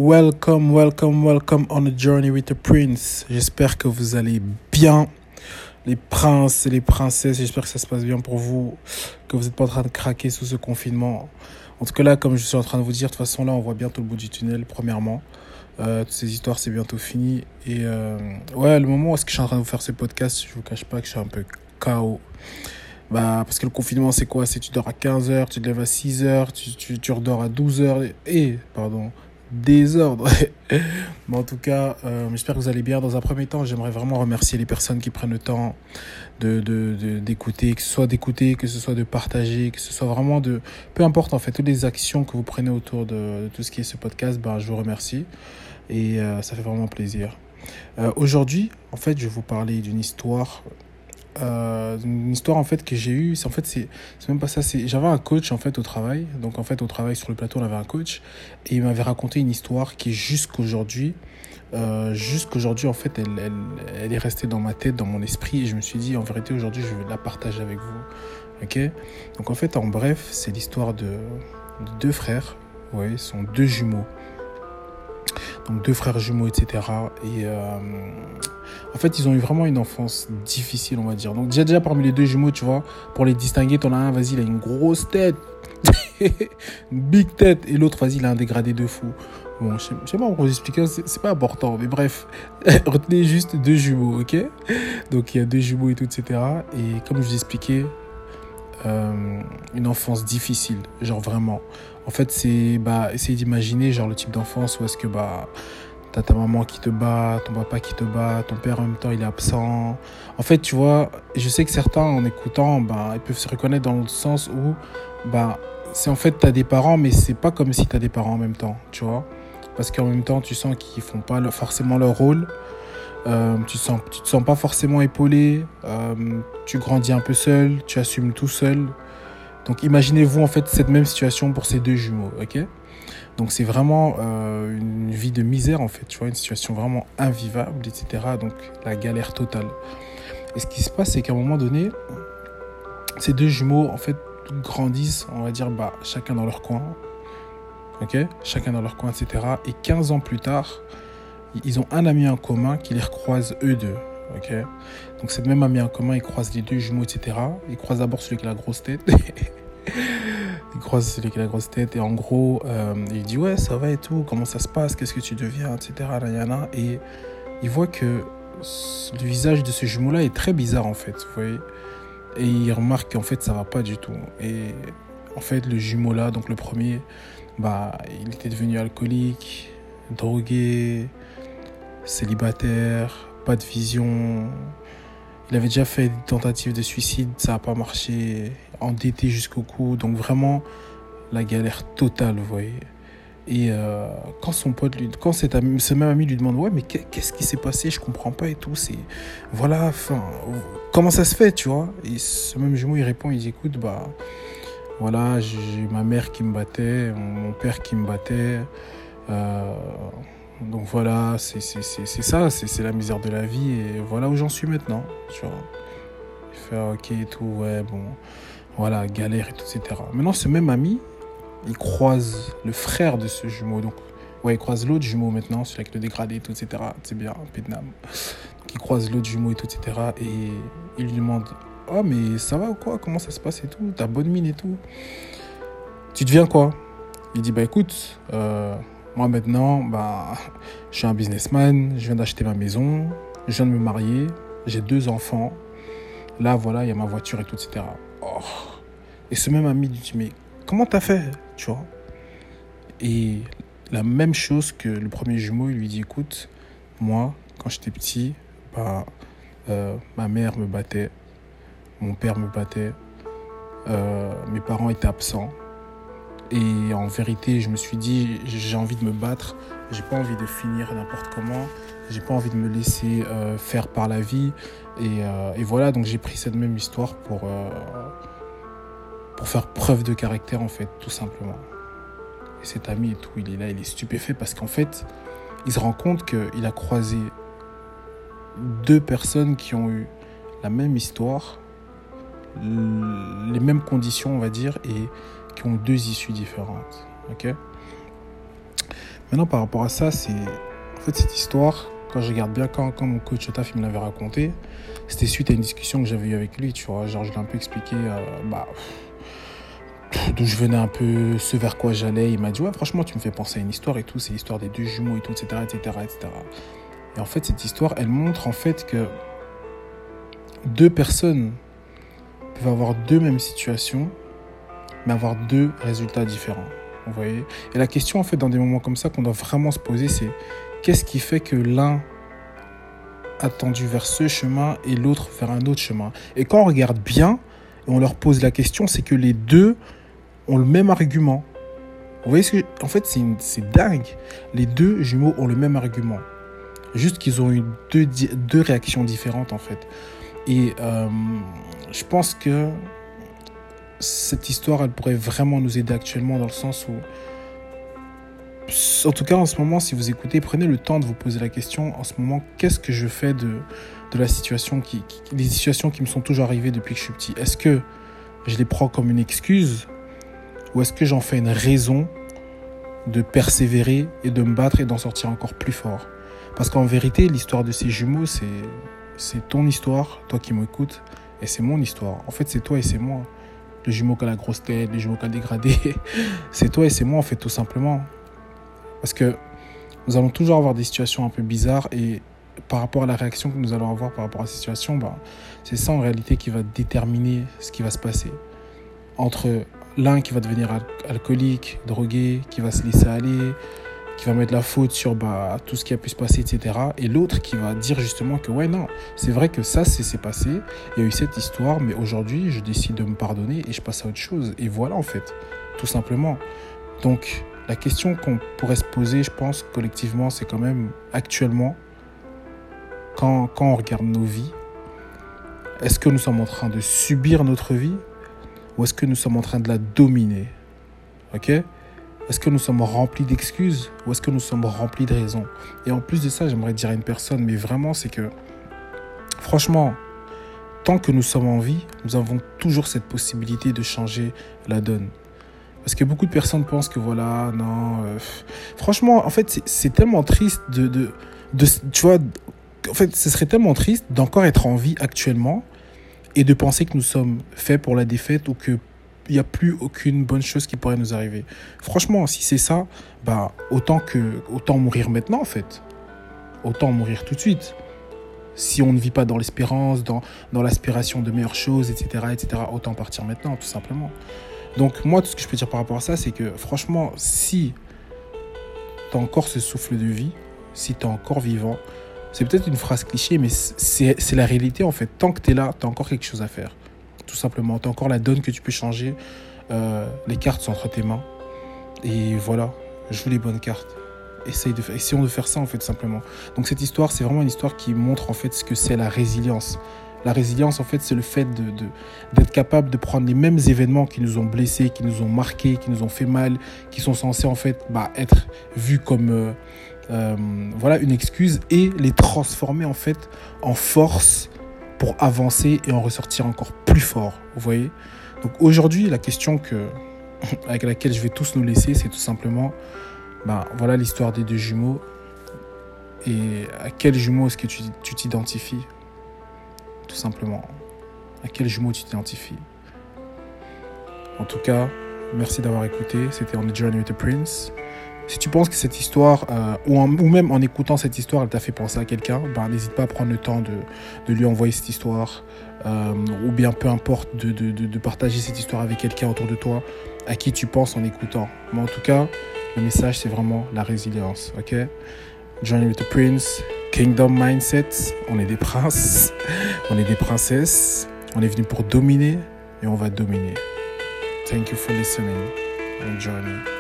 Welcome on a journey with the prince. J'espère que vous allez bien, les princes et les princesses. J'espère que ça se passe bien pour vous, que vous n'êtes pas en train de craquer sous ce confinement. En tout cas là, comme je suis en train de vous dire, de toute façon là, on voit bientôt le bout du tunnel, premièrement. Toutes ces histoires, c'est bientôt fini. Et le moment où est-ce que je suis en train de vous faire ce podcast, je vous cache pas que je suis un peu KO. Parce que le confinement, c'est quoi? C'est tu dors à 15h, tu te lèves à 6h, tu redors à 12h. Désordre. Mais en tout cas, j'espère que vous allez bien. Dans un premier temps, j'aimerais vraiment remercier les personnes qui prennent le temps d'écouter, que ce soit d'écouter, que ce soit de partager, que ce soit vraiment de... Peu importe, en fait, toutes les actions que vous prenez autour de tout ce qui est ce podcast, je vous remercie. Et ça fait vraiment plaisir. Aujourd'hui, en fait, je vais vous parler d'une histoire... une histoire en fait que j'ai eue, c'est même pas ça, j'avais un coach en fait au travail. Donc en fait au travail sur le plateau on avait un coach et il m'avait raconté une histoire qui jusqu'aujourd'hui en fait elle est restée dans ma tête, dans mon esprit, et je me suis dit en vérité aujourd'hui je vais la partager avec vous. OK? Donc en fait en bref, c'est l'histoire de deux frères. Ouais, ils sont deux jumeaux. Donc deux frères jumeaux, etc. Et en fait, ils ont eu vraiment une enfance difficile, on va dire. Donc déjà parmi les deux jumeaux, tu vois, pour les distinguer, t'en as un, vas-y, il a une grosse tête, une big tête, et l'autre, vas-y, il a un dégradé de fou. Bon, je sais pas comment vous expliquer, c'est pas important, mais bref, retenez juste deux jumeaux, ok? Donc il y a deux jumeaux et tout, etc. Et comme je vous expliquais, une enfance difficile, genre vraiment. En fait, c'est essayer d'imaginer genre le type d'enfance où est-ce que t'as ta maman qui te bat, ton papa qui te bat, ton père en même temps il est absent. En fait, tu vois, je sais que certains en écoutant, ils peuvent se reconnaître dans le sens où c'est en fait t'as des parents, mais c'est pas comme si t'as des parents en même temps, tu vois. Parce qu'en même temps, tu sens qu'ils font pas forcément leur rôle. Tu te sens pas forcément épaulé, tu grandis un peu seul, tu assumes tout seul. Donc imaginez-vous en fait cette même situation pour ces deux jumeaux, ok? Donc c'est vraiment une vie de misère en fait, tu vois, une situation vraiment invivable, etc. Donc la galère totale. Et ce qui se passe, c'est qu'à un moment donné, ces deux jumeaux en fait grandissent, on va dire, chacun dans leur coin, ok? Chacun dans leur coin, etc. Et 15 ans plus tard, ils ont un ami en commun qui les recroise eux deux, ok? Donc cette même ami en commun, il croise les deux jumeaux, etc. Il croise d'abord celui qui a la grosse tête. Il croise celui qui a la grosse tête et en gros, il dit ouais, ça va et tout, comment ça se passe, qu'est-ce que tu deviens, etc. Et il voit que le visage de ce jumeau-là est très bizarre en fait, vous voyez. Et il remarque qu'en fait ça va pas du tout. Et en fait le jumeau-là, donc le premier, il était devenu alcoolique, drogué, célibataire, pas de vision. Il avait déjà fait des tentatives de suicide, ça n'a pas marché, endetté jusqu'au cou, donc vraiment la galère totale, vous voyez. Et quand son pote, ce même ami lui demande ouais mais qu'est-ce qui s'est passé, je comprends pas et tout, comment ça se fait, tu vois. Et ce même jumeau il répond, il dit écoute voilà, j'ai ma mère qui me battait, mon père qui me battait. Donc voilà, c'est ça, c'est la misère de la vie et voilà où j'en suis maintenant, tu vois. Il fait ok et tout, ouais, bon, voilà, galère et tout, etc. Maintenant, ce même ami, il croise le frère de ce jumeau, donc, ouais, il croise l'autre jumeau maintenant, celui avec le dégradé et tout, etc. C'est bien, Pédnam. Donc, il croise l'autre jumeau et tout, etc. Et il lui demande, oh, mais ça va ou quoi? Comment ça se passe et tout? T'as bonne mine et tout? Tu deviens quoi? Il dit, écoute, moi maintenant, je suis un businessman, je viens d'acheter ma maison, je viens de me marier, j'ai 2 enfants. Là, voilà, il y a ma voiture et tout, etc. Oh. Et ce même ami lui dit, mais comment t'as fait, tu vois? Et la même chose que le premier jumeau, il lui dit, écoute, moi, quand j'étais petit, ma mère me battait, mon père me battait, mes parents étaient absents. Et en vérité, je me suis dit, j'ai envie de me battre, j'ai pas envie de finir n'importe comment, j'ai pas envie de me laisser faire par la vie. Et voilà, donc j'ai pris cette même histoire pour faire preuve de caractère, en fait, tout simplement. Et cet ami et tout, il est là, il est stupéfait parce qu'en fait, il se rend compte qu'il a croisé 2 personnes qui ont eu la même histoire, les mêmes conditions, on va dire, et qui ont 2 issues différentes. Ok ? Maintenant, par rapport à ça, c'est... En fait, cette histoire, quand je regarde bien, quand mon coach au taf il me l'avait raconté, c'était suite à une discussion que j'avais eue avec lui, tu vois. Genre, je l'ai un peu expliqué d'où je venais un peu, ce vers quoi j'allais. Il m'a dit, ouais, franchement, tu me fais penser à une histoire et tout. C'est l'histoire des deux jumeaux et tout, etc., etc., etc. Et en fait, cette histoire, elle montre en fait que deux personnes peuvent avoir deux mêmes situations, mais avoir deux résultats différents. Vous voyez ? Et la question, en fait, dans des moments comme ça, qu'on doit vraiment se poser, c'est qu'est-ce qui fait que l'un a tendu vers ce chemin et l'autre vers un autre chemin ? Et quand on regarde bien et on leur pose la question, c'est que les deux ont le même argument. Vous voyez ce que... En fait, c'est dingue. Les deux jumeaux ont le même argument. Juste qu'ils ont eu deux réactions différentes, en fait. Et je pense que cette histoire, elle pourrait vraiment nous aider actuellement dans le sens où, en tout cas en ce moment, si vous écoutez, prenez le temps de vous poser la question, en ce moment, qu'est-ce que je fais de la situation des situations qui me sont toujours arrivées depuis que je suis petit ? Est-ce que je les prends comme une excuse ou est-ce que j'en fais une raison de persévérer et de me battre et d'en sortir encore plus fort ? Parce qu'en vérité, l'histoire de ces jumeaux, c'est ton histoire, toi qui m'écoutes, et c'est mon histoire. En fait, c'est toi et c'est moi. Le jumeau qui a la grosse tête, le jumeau qui a dégradé, c'est toi et c'est moi, en fait, tout simplement. Parce que nous allons toujours avoir des situations un peu bizarres et par rapport à la réaction que nous allons avoir par rapport à ces situations, c'est ça en réalité qui va déterminer ce qui va se passer. Entre l'un qui va devenir alcoolique, drogué, qui va se laisser aller, qui va mettre la faute sur tout ce qui a pu se passer, etc. Et l'autre qui va dire justement que ouais, non, c'est vrai que ça, c'est passé, il y a eu cette histoire, mais aujourd'hui, je décide de me pardonner et je passe à autre chose. Et voilà, en fait, tout simplement. Donc, la question qu'on pourrait se poser, je pense, collectivement, c'est quand même, actuellement, quand on regarde nos vies, est-ce que nous sommes en train de subir notre vie ou est-ce que nous sommes en train de la dominer ? Ok ? Est-ce que nous sommes remplis d'excuses ou est-ce que nous sommes remplis de raisons ? Et en plus de ça, j'aimerais dire à une personne, mais vraiment, c'est que, franchement, tant que nous sommes en vie, nous avons toujours cette possibilité de changer la donne. Parce que beaucoup de personnes pensent que voilà, non... Franchement, en fait, c'est tellement triste tu vois, en fait, ce serait tellement triste d'encore être en vie actuellement et de penser que nous sommes faits pour la défaite ou que il n'y a plus aucune bonne chose qui pourrait nous arriver. Franchement, si c'est ça, autant mourir maintenant, en fait. Autant mourir tout de suite. Si on ne vit pas dans l'espérance, dans l'aspiration de meilleures choses, etc., autant partir maintenant, tout simplement. Donc, moi, tout ce que je peux dire par rapport à ça, c'est que, franchement, si tu as encore ce souffle de vie, si tu es encore vivant, c'est peut-être une phrase cliché, mais c'est la réalité, en fait. Tant que tu es là, tu as encore quelque chose à faire. Tout simplement, tu as encore la donne que tu peux changer. Les cartes sont entre tes mains. Et voilà, joue les bonnes cartes. Essayons de faire ça, en fait, simplement. Donc, cette histoire, c'est vraiment une histoire qui montre, en fait, ce que c'est la résilience. La résilience, en fait, c'est le fait d'être capable de prendre les mêmes événements qui nous ont blessés, qui nous ont marqués, qui nous ont fait mal, qui sont censés, en fait, être vus comme une excuse et les transformer, en fait, en force pour avancer et en ressortir encore plus fort, vous voyez ? Donc aujourd'hui, la question avec laquelle je vais tous nous laisser, c'est tout simplement, voilà l'histoire des deux jumeaux. Et à quel jumeau est-ce que tu t'identifies ? Tout simplement. À quel jumeau tu t'identifies ? En tout cas, merci d'avoir écouté. C'était On the Journey with the Prince. Si tu penses que cette histoire, ou même en écoutant cette histoire, elle t'a fait penser à quelqu'un, n'hésite pas à prendre le temps de lui envoyer cette histoire, ou bien peu importe, de partager cette histoire avec quelqu'un autour de toi, à qui tu penses en écoutant. Mais en tout cas, le message, c'est vraiment la résilience, ok ? Journey with the Prince, Kingdom Mindset, on est des princes, on est des princesses, on est venu pour dominer, et on va dominer. Thank you for listening. Enjoy me.